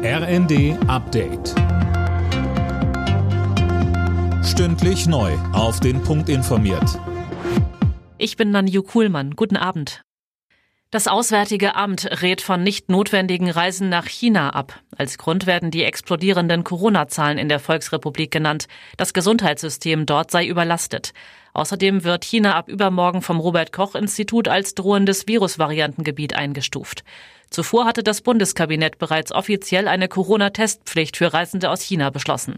RND Update. Stündlich neu auf den Punkt informiert. Ich bin Nanju Kuhlmann. Guten Abend. Das Auswärtige Amt rät von nicht notwendigen Reisen nach China ab. Als Grund werden die explodierenden Corona-Zahlen in der Volksrepublik genannt. Das Gesundheitssystem dort sei überlastet. Außerdem wird China ab übermorgen vom Robert-Koch-Institut als drohendes Virusvariantengebiet eingestuft. Zuvor hatte das Bundeskabinett bereits offiziell eine Corona-Testpflicht für Reisende aus China beschlossen.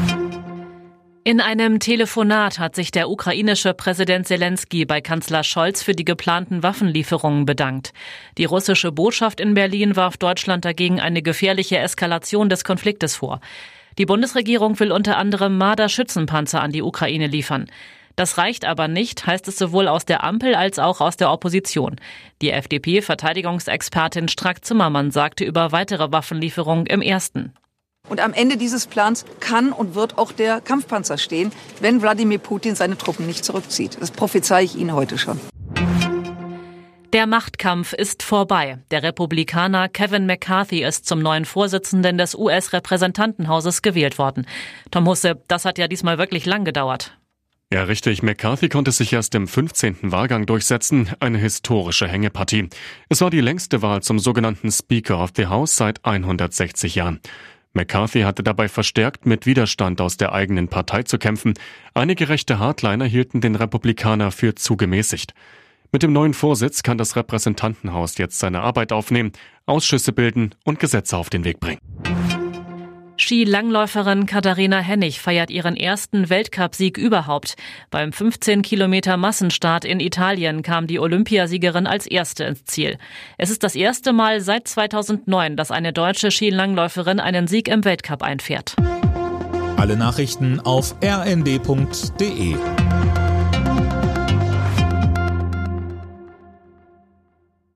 In einem Telefonat hat sich der ukrainische Präsident Selenskyj bei Kanzler Scholz für die geplanten Waffenlieferungen bedankt. Die russische Botschaft in Berlin warf Deutschland dagegen eine gefährliche Eskalation des Konfliktes vor. Die Bundesregierung will unter anderem Marder-Schützenpanzer an die Ukraine liefern. Das reicht aber nicht, heißt es sowohl aus der Ampel als auch aus der Opposition. Die FDP-Verteidigungsexpertin Strack-Zimmermann sagte über weitere Waffenlieferungen im ersten. Und am Ende dieses Plans kann und wird auch der Kampfpanzer stehen, wenn Wladimir Putin seine Truppen nicht zurückzieht. Das prophezeie ich Ihnen heute schon. Der Machtkampf ist vorbei. Der Republikaner Kevin McCarthy ist zum neuen Vorsitzenden des US-Repräsentantenhauses gewählt worden. Tom Husse, das hat ja diesmal wirklich lang gedauert. Ja, richtig. McCarthy konnte sich erst im 15. Wahlgang durchsetzen. Eine historische Hängepartie. Es war die längste Wahl zum sogenannten Speaker of the House seit 160 Jahren. McCarthy hatte dabei verstärkt mit Widerstand aus der eigenen Partei zu kämpfen. Einige rechte Hardliner hielten den Republikaner für zu gemäßigt. Mit dem neuen Vorsitz kann das Repräsentantenhaus jetzt seine Arbeit aufnehmen, Ausschüsse bilden und Gesetze auf den Weg bringen. Skilangläuferin Katharina Hennig feiert ihren ersten Weltcupsieg überhaupt. Beim 15-Kilometer-Massenstart in Italien kam die Olympiasiegerin als Erste ins Ziel. Es ist das erste Mal seit 2009, dass eine deutsche Skilangläuferin einen Sieg im Weltcup einfährt. Alle Nachrichten auf rnd.de.